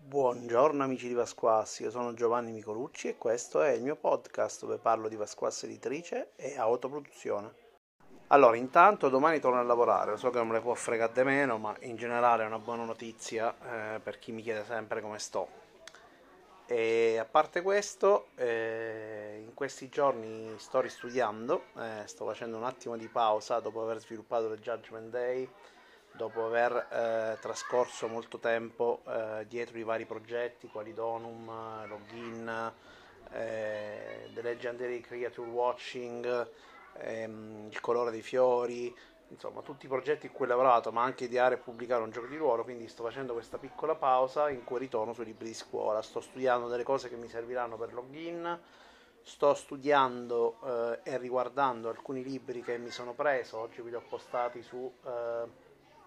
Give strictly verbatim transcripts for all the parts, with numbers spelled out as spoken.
Buongiorno amici di Vasquassi, io sono Giovanni Micolucci e questo è il mio podcast dove parlo di Vasquassi editrice e autoproduzione. Allora, intanto domani torno a lavorare, lo so che non me ne può fregare di meno, ma in generale è una buona notizia eh, per chi mi chiede sempre come sto. E a parte questo, eh, in questi giorni sto ristudiando, eh, sto facendo un attimo di pausa dopo aver sviluppato le Judgment Day, dopo aver eh, trascorso molto tempo eh, dietro i vari progetti quali Donum, Login, eh, The Legendary Creature Watching, ehm, Il colore dei fiori, insomma tutti i progetti in cui ho lavorato, ma anche ideare e pubblicare un gioco di ruolo, quindi sto facendo questa piccola pausa in cui ritorno sui libri di scuola, sto studiando delle cose che mi serviranno per Login, sto studiando eh, e riguardando alcuni libri che mi sono preso, oggi vi li ho postati su... Eh,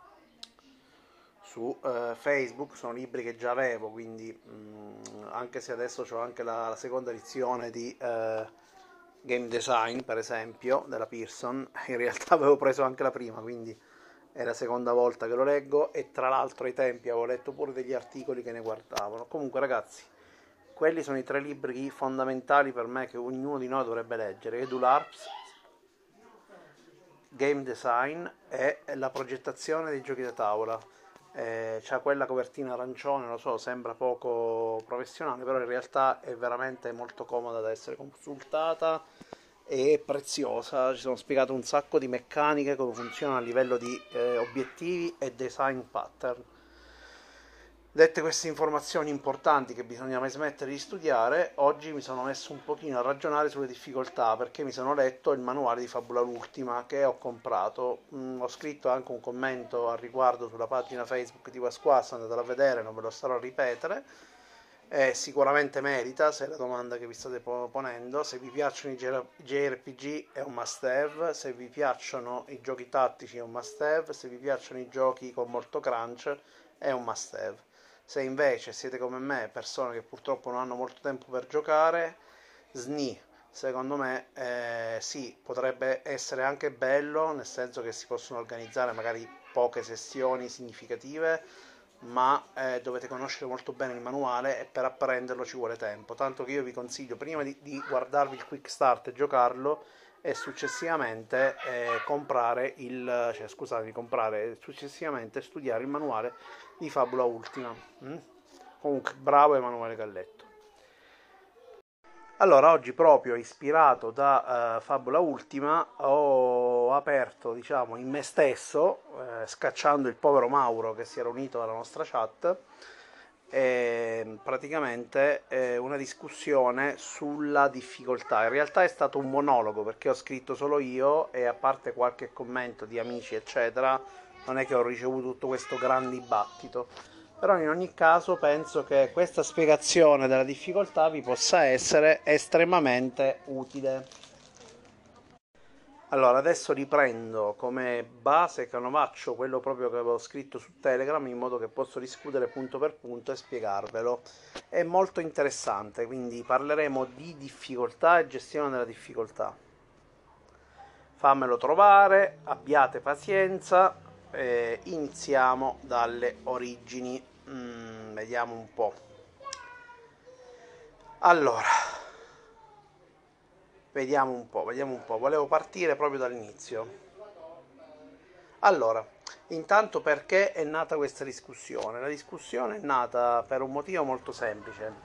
su eh, Facebook, sono libri che già avevo, quindi mh, anche se adesso ho anche la, la seconda edizione di eh, Game Design, per esempio, della Pearson, in realtà avevo preso anche la prima, quindi è la seconda volta che lo leggo e tra l'altro ai tempi avevo letto pure degli articoli che ne guardavano. Comunque ragazzi, quelli sono i tre libri fondamentali per me che ognuno di noi dovrebbe leggere: Edu Larps, Game Design e la progettazione dei giochi da tavola. Eh, c'ha quella copertina arancione, lo so, sembra poco professionale, però in realtà è veramente molto comoda da essere consultata e preziosa. Ci sono spiegate un sacco di meccaniche, come funziona a livello di eh, obiettivi e design pattern. Dette queste informazioni importanti che bisogna mai smettere di studiare, oggi mi sono messo un pochino a ragionare sulle difficoltà, perché mi sono letto il manuale di Fabula l'Ultima che ho comprato. Mm, ho scritto anche un commento al riguardo sulla pagina Facebook di Vasquas, andatela a vedere, non ve lo starò a ripetere. Eh, sicuramente merita, se è la domanda che vi state ponendo. Se vi piacciono i J R P G è un must have, se vi piacciono i giochi tattici è un must have, se vi piacciono i giochi con molto crunch è un must have. Se invece siete come me, persone che purtroppo non hanno molto tempo per giocare, S N I, secondo me, eh, sì, potrebbe essere anche bello, nel senso che si possono organizzare magari poche sessioni significative, ma eh, dovete conoscere molto bene il manuale e per apprenderlo ci vuole tempo. Tanto che io vi consiglio prima di, di guardarvi il quick start e giocarlo, e successivamente eh, comprare il cioè scusatemi comprare successivamente studiare il manuale di Fabula Ultima. mm? Comunque bravo Emanuele Galletto. Allora oggi, proprio ispirato da uh, Fabula Ultima, ho aperto, diciamo, in me stesso, eh, scacciando il povero Mauro che si era unito alla nostra chat, eh, praticamente eh, una discussione sulla difficoltà. In realtà è stato un monologo perché ho scritto solo io e, a parte qualche commento di amici eccetera, non è che ho ricevuto tutto questo gran dibattito. Però in ogni caso penso che questa spiegazione della difficoltà vi possa essere estremamente utile. Allora, adesso riprendo come base canovaccio quello proprio che avevo scritto su Telegram, in modo che posso discutere punto per punto e spiegarvelo. È molto interessante, quindi parleremo di difficoltà e gestione della difficoltà. Fammelo trovare, abbiate pazienza, eh, iniziamo dalle origini. Mm, vediamo un po'. Allora, vediamo un po', vediamo un po'. Volevo partire proprio dall'inizio. Allora, intanto perché è nata questa discussione? La discussione è nata per un motivo molto semplice.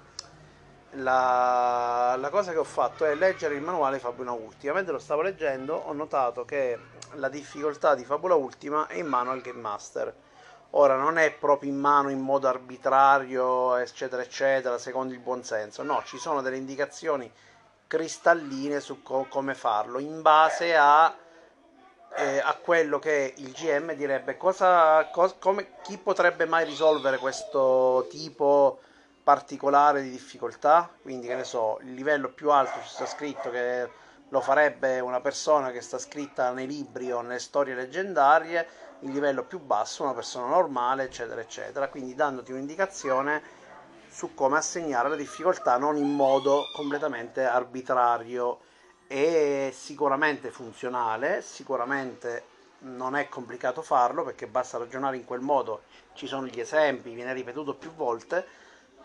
La, la cosa che ho fatto è leggere il manuale di Fabula Ultima. Mentre lo stavo leggendo ho notato che la difficoltà di Fabula Ultima è in mano al Game Master. Ora non è proprio in mano in modo arbitrario, eccetera, eccetera, secondo il buon senso. No, ci sono delle indicazioni cristalline su co- come farlo, in base a, eh, a quello che il G M direbbe cosa, cos- come, chi potrebbe mai risolvere questo tipo particolare di difficoltà. Quindi, che ne so, il livello più alto ci sta scritto che lo farebbe una persona che sta scritta nei libri o nelle storie leggendarie, il livello più basso una persona normale, eccetera eccetera, quindi dandoti un'indicazione su come assegnare la difficoltà non in modo completamente arbitrario. È sicuramente funzionale, sicuramente non è complicato farlo perché basta ragionare in quel modo, ci sono gli esempi, viene ripetuto più volte,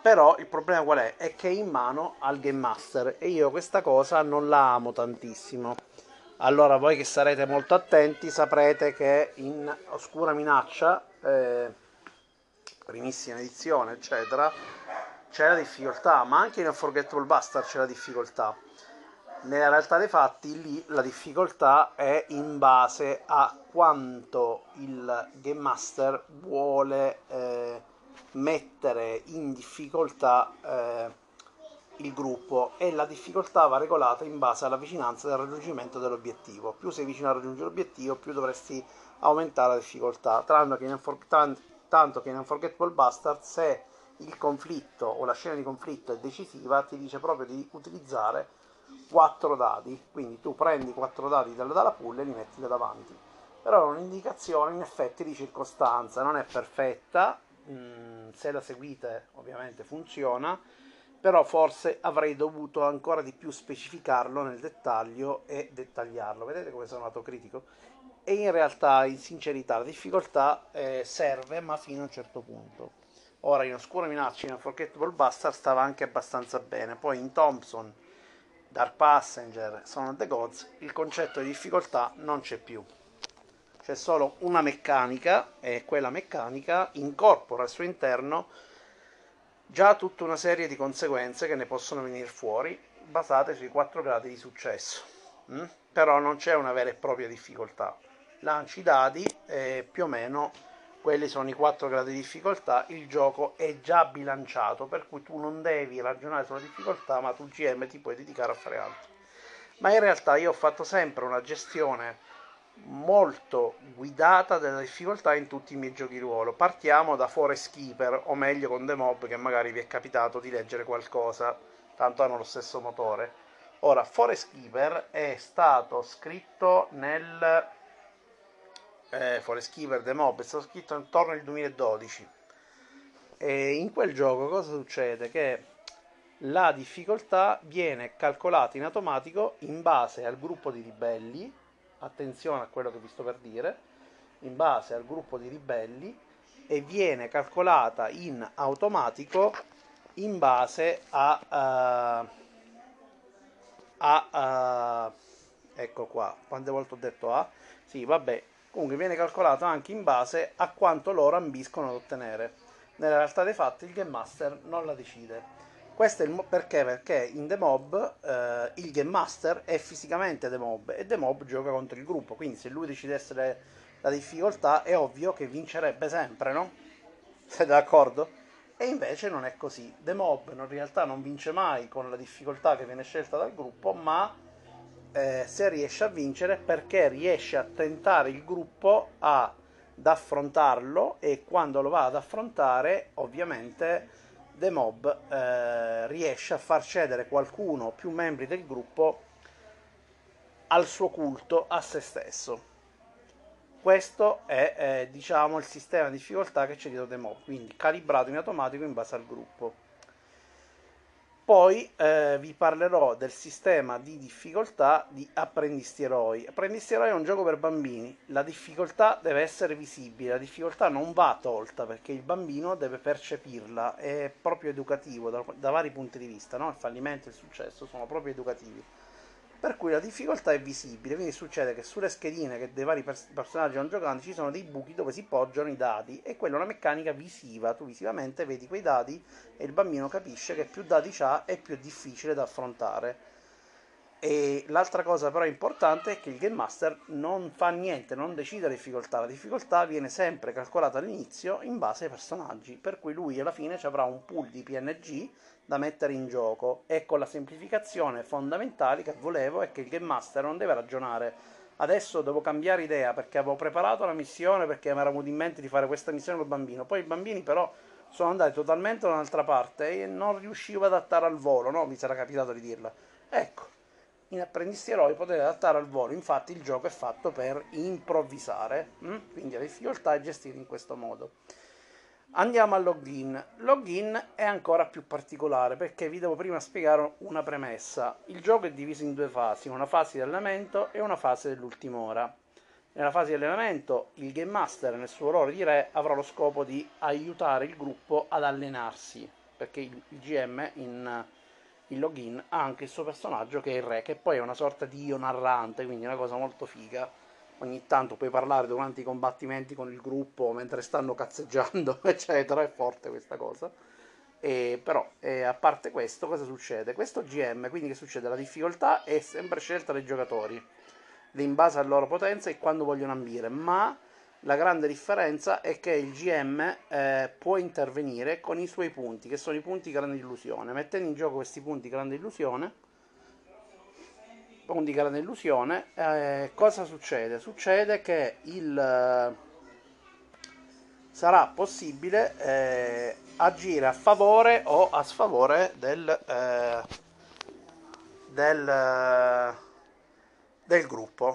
Però il problema qual è? È che è in mano al Game Master e io questa cosa non la amo tantissimo. Allora, voi che sarete molto attenti saprete che in Oscura Minaccia, eh, primissima edizione, eccetera, c'è la difficoltà, ma anche in Unforgettable Bastard c'è la difficoltà. Nella realtà dei fatti lì la difficoltà è in base a quanto il Game Master vuole eh, mettere in difficoltà eh, il gruppo, e la difficoltà va regolata in base alla vicinanza del raggiungimento dell'obiettivo. Più sei vicino a raggiungere l'obiettivo, più dovresti aumentare la difficoltà. Tanto che in, Unfor- tanto che in Unforgettable Bastard, se il conflitto o la scena di conflitto è decisiva, ti dice proprio di utilizzare quattro dadi, quindi tu prendi quattro dadi dalla pool e li metti da davanti. Però è un'indicazione in effetti di circostanza, non è perfetta, mm, se la seguite ovviamente funziona, però forse avrei dovuto ancora di più specificarlo nel dettaglio e dettagliarlo. Vedete come sono autocritico? E in realtà, in sincerità, la difficoltà eh, serve, ma fino a un certo punto. Ora, in Oscura Minaccia, in Unforgettable Bastard stava anche abbastanza bene. Poi in Thompson, Dark Passenger, Son of the Gods, il concetto di difficoltà non c'è più. C'è solo una meccanica, e quella meccanica incorpora al suo interno già tutta una serie di conseguenze che ne possono venire fuori, basate sui quattro gradi di successo. Mm? Però non c'è una vera e propria difficoltà. Lanci i dadi e più o meno quelli sono i quattro gradi di difficoltà, il gioco è già bilanciato, per cui tu non devi ragionare sulla difficoltà, ma tu G M ti puoi dedicare a fare altro. Ma in realtà io ho fatto sempre una gestione molto guidata della difficoltà in tutti i miei giochi di ruolo. Partiamo da Forest Keeper, o meglio con The Mob, che magari vi è capitato di leggere qualcosa, tanto hanno lo stesso motore. Ora, Forest Keeper è stato scritto nel eh, Forest Keeper The Mob è stato scritto intorno al duemiladodici, e in quel gioco cosa succede? Che la difficoltà viene calcolata in automatico in base al gruppo di ribelli, attenzione a quello che vi sto per dire, in base al gruppo di ribelli, e viene calcolata in automatico in base a, uh, a uh, ecco qua, quante volte ho detto A? Sì, vabbè, comunque viene calcolato anche in base a quanto loro ambiscono ad ottenere. Nella realtà dei fatti il Game Master non la decide. Questo è il mo- perché? Perché in The Mob eh, il Game Master è fisicamente The Mob e The Mob gioca contro il gruppo, quindi se lui decidesse le- la difficoltà è ovvio che vincerebbe sempre, no? Siete d'accordo? E invece non è così. The Mob in realtà non vince mai con la difficoltà che viene scelta dal gruppo, ma eh, se riesce a vincere perché riesce a tentare il gruppo ad affrontarlo, e quando lo va ad affrontare ovviamente The Mob eh, riesce a far cedere qualcuno, più membri del gruppo, al suo culto, a se stesso. Questo è eh, diciamo il sistema di difficoltà che c'è dietro The Mob, quindi calibrato in automatico in base al gruppo. Poi eh, vi parlerò del sistema di difficoltà di Apprendisti Eroi. Apprendisti Eroi è un gioco per bambini, la difficoltà deve essere visibile, la difficoltà non va tolta perché il bambino deve percepirla, è proprio educativo da, da vari punti di vista, no? Il fallimento e il successo sono proprio educativi. Per cui la difficoltà è visibile, quindi succede che sulle schedine che dei vari pers- personaggi vanno giocando ci sono dei buchi dove si poggiano i dadi, e quella è una meccanica visiva, tu visivamente vedi quei dadi e il bambino capisce che più dadi c'ha e più è difficile da affrontare. E l'altra cosa però importante è che il Game Master non fa niente, non decide la difficoltà, la difficoltà viene sempre calcolata all'inizio in base ai personaggi, per cui lui alla fine ci avrà un pool di P N G da mettere in gioco, e con la semplificazione fondamentale che volevo è che il Game Master non deve ragionare: adesso devo cambiare idea perché avevo preparato la missione, perché mi era venuto in mente di fare questa missione col bambino, poi i bambini però sono andati totalmente da un'altra parte e non riuscivo ad adattare al volo, no? Mi sarà capitato di dirla. Ecco, in Apprendisti Eroi potete adattare al volo, infatti il gioco è fatto per improvvisare, hm? Quindi la difficoltà è gestita in questo modo. Andiamo al login. Login è ancora più particolare perché vi devo prima spiegare una premessa. Il gioco è diviso in due fasi, una fase di allenamento e una fase dell'ultima ora. Nella fase di allenamento il Game Master nel suo ruolo di re avrà lo scopo di aiutare il gruppo ad allenarsi, perché il, il G M in, in login ha anche il suo personaggio che è il re, che poi è una sorta di io narrante, quindi è una cosa molto figa. Ogni tanto puoi parlare durante i combattimenti con il gruppo mentre stanno cazzeggiando, eccetera, è forte questa cosa. E però, eh, a parte questo, cosa succede? Questo G M, quindi che succede? La difficoltà è sempre scelta dai giocatori, in base alla loro potenza e quando vogliono ambire, ma la grande differenza è che il G M eh, può intervenire con i suoi punti, che sono i punti grande illusione. Mettendo in gioco questi punti grande illusione, punti grande illusione, eh, cosa succede? Succede che il, eh, sarà possibile eh, agire a favore o a sfavore del, eh, del, eh, del gruppo.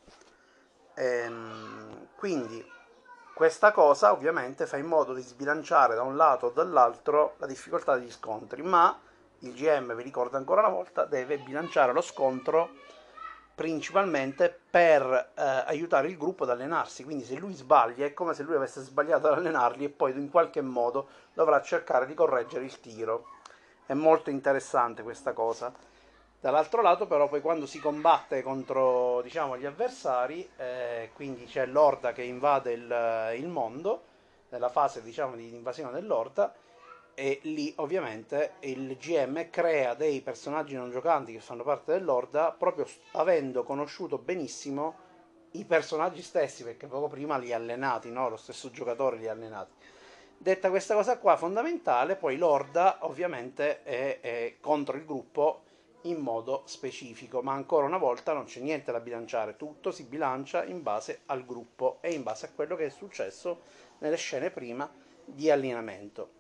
Ehm, quindi questa cosa ovviamente fa in modo di sbilanciare da un lato o dall'altro la difficoltà degli scontri, ma il G M, vi ricordo ancora una volta, deve bilanciare lo scontro principalmente per eh, aiutare il gruppo ad allenarsi. Quindi se lui sbaglia è come se lui avesse sbagliato ad allenarli e poi in qualche modo dovrà cercare di correggere il tiro. È molto interessante questa cosa. Dall'altro lato però poi quando si combatte contro, diciamo, gli avversari, eh, quindi c'è l'orda che invade il, il mondo, nella fase, diciamo, di invasione dell'orda, e lì ovviamente il G M crea dei personaggi non giocanti che fanno parte dell'orda proprio avendo conosciuto benissimo i personaggi stessi, perché poco prima li ha allenati, no? Lo stesso giocatore li ha allenati. Detta questa cosa qua fondamentale, poi l'orda ovviamente è, è contro il gruppo in modo specifico, ma ancora una volta non c'è niente da bilanciare, tutto si bilancia in base al gruppo e in base a quello che è successo nelle scene prima di allineamento.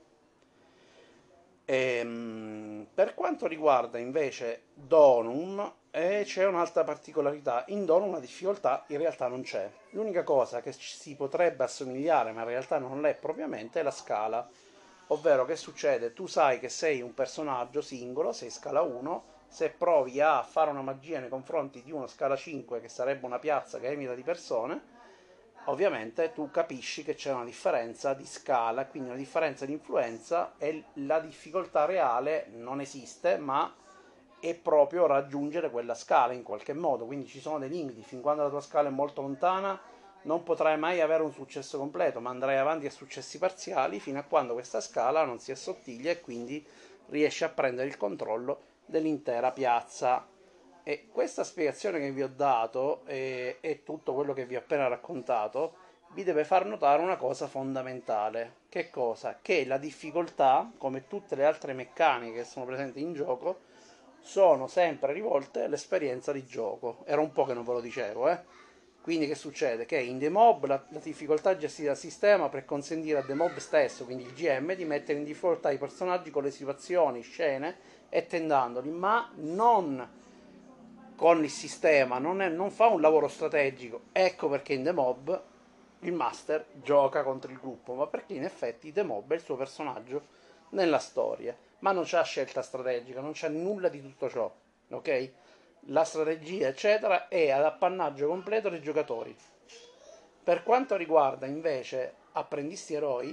Ehm, per quanto riguarda invece Donum, eh, c'è un'altra particolarità. In Donum la difficoltà in realtà non c'è. L'unica cosa che si potrebbe assomigliare, ma in realtà non l'è propriamente, è la scala. Ovvero, che succede? Tu sai che sei un personaggio singolo, sei scala uno, se provi a fare una magia nei confronti di uno scala cinque, che sarebbe una piazza che emita di persone, ovviamente tu capisci che c'è una differenza di scala, quindi una differenza di influenza e la difficoltà reale non esiste, ma è proprio raggiungere quella scala in qualche modo, quindi ci sono dei limiti, fin quando la tua scala è molto lontana non potrai mai avere un successo completo, ma andrai avanti a successi parziali fino a quando questa scala non si assottiglia e quindi riesci a prendere il controllo dell'intera piazza. E questa spiegazione che vi ho dato e, e tutto quello che vi ho appena raccontato vi deve far notare una cosa fondamentale. Che cosa? Che la difficoltà, come tutte le altre meccaniche che sono presenti in gioco, sono sempre rivolte all'esperienza di gioco. Era un po' che non ve lo dicevo, eh? Quindi che succede? Che in The Mob la, la difficoltà è gestita dal sistema per consentire a The Mob stesso, quindi il G M, di mettere in difficoltà i personaggi con le situazioni, scene e tendandoli, ma non con il sistema, non, è, non fa un lavoro strategico. Ecco perché in The Mob il master gioca contro il gruppo, ma perché in effetti The Mob è il suo personaggio nella storia, ma non c'ha scelta strategica, non c'è nulla di tutto ciò, ok? La strategia eccetera è ad appannaggio completo dei giocatori. Per quanto riguarda invece apprendisti eroi,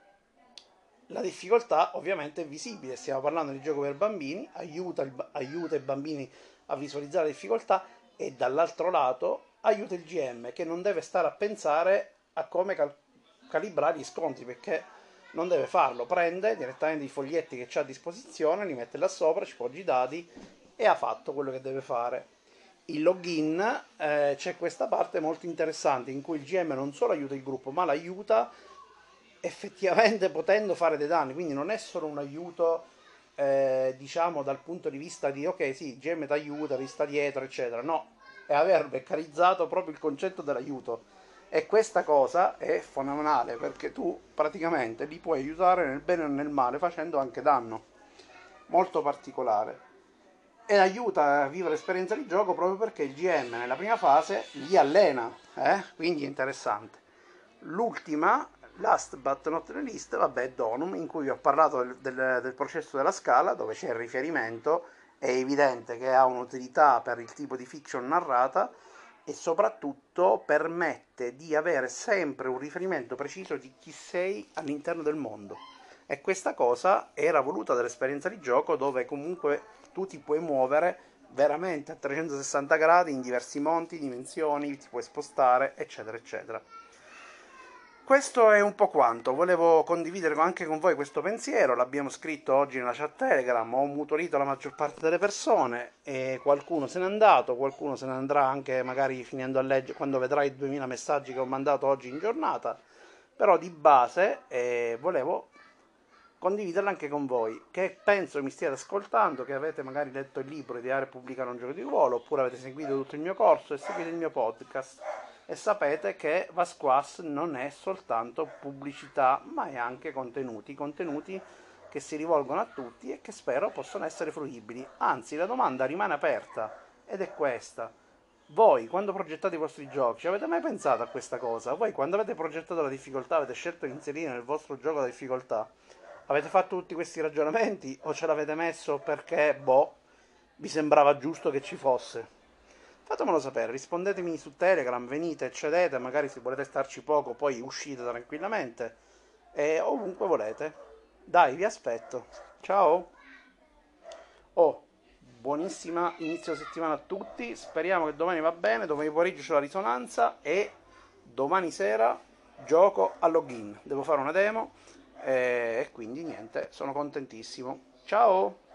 la difficoltà ovviamente è visibile, stiamo parlando di gioco per bambini, aiuta, il, aiuta i bambini a visualizzare la difficoltà e dall'altro lato aiuta il G M che non deve stare a pensare a come cal- calibrare gli scontri, perché non deve farlo, prende direttamente i foglietti che c'ha a disposizione, li mette là sopra, ci poggia i dadi e ha fatto quello che deve fare. Il login, eh, c'è questa parte molto interessante in cui il G M non solo aiuta il gruppo ma l'aiuta effettivamente potendo fare dei danni, quindi non è solo un aiuto eh, diciamo dal punto di vista di ok sì, il G M ti aiuta, ti sta dietro eccetera, no, è aver meccanizzato proprio il concetto dell'aiuto e questa cosa è fenomenale perché tu praticamente li puoi aiutare nel bene o nel male facendo anche danno, molto particolare e aiuta a vivere l'esperienza di gioco proprio perché il G M nella prima fase li allena, eh? Quindi è interessante. L'ultima, last but not least, vabbè, è Donum, in cui vi ho parlato del, del, del processo della scala, dove c'è il riferimento, è evidente che ha un'utilità per il tipo di fiction narrata e soprattutto permette di avere sempre un riferimento preciso di chi sei all'interno del mondo. E questa cosa era voluta dall'esperienza di gioco, dove comunque tu ti puoi muovere veramente a trecentosessanta gradi in diversi monti, dimensioni, ti puoi spostare, eccetera, eccetera. Questo è un po' quanto, volevo condividere anche con voi questo pensiero, l'abbiamo scritto oggi nella chat Telegram, ho mutorito la maggior parte delle persone e qualcuno se n'è andato, qualcuno se ne andrà anche magari finendo a leggere, quando vedrai i duemila messaggi che ho mandato oggi in giornata, però di base eh, volevo condividerla anche con voi, che penso mi stiate ascoltando, che avete magari letto il libro Ideare e pubblicare un gioco di ruolo, oppure avete seguito tutto il mio corso e seguite il mio podcast e sapete che Vasquas non è soltanto pubblicità, ma è anche contenuti, contenuti che si rivolgono a tutti e che spero possano essere fruibili. Anzi, la domanda rimane aperta ed è questa. Voi, quando progettate i vostri giochi, avete mai pensato a questa cosa? Voi, quando avete progettato la difficoltà, avete scelto di inserire nel vostro gioco la difficoltà, avete fatto tutti questi ragionamenti o ce l'avete messo perché, boh, vi sembrava giusto che ci fosse? Fatemelo sapere, rispondetemi su Telegram, venite, cedete, magari se volete starci poco poi uscite tranquillamente e ovunque volete. Dai, vi aspetto. Ciao! Oh, buonissima inizio settimana a tutti, speriamo che domani va bene, domani pomeriggio c'è la risonanza e domani sera gioco a login. Devo fare una demo e quindi niente, sono contentissimo. Ciao!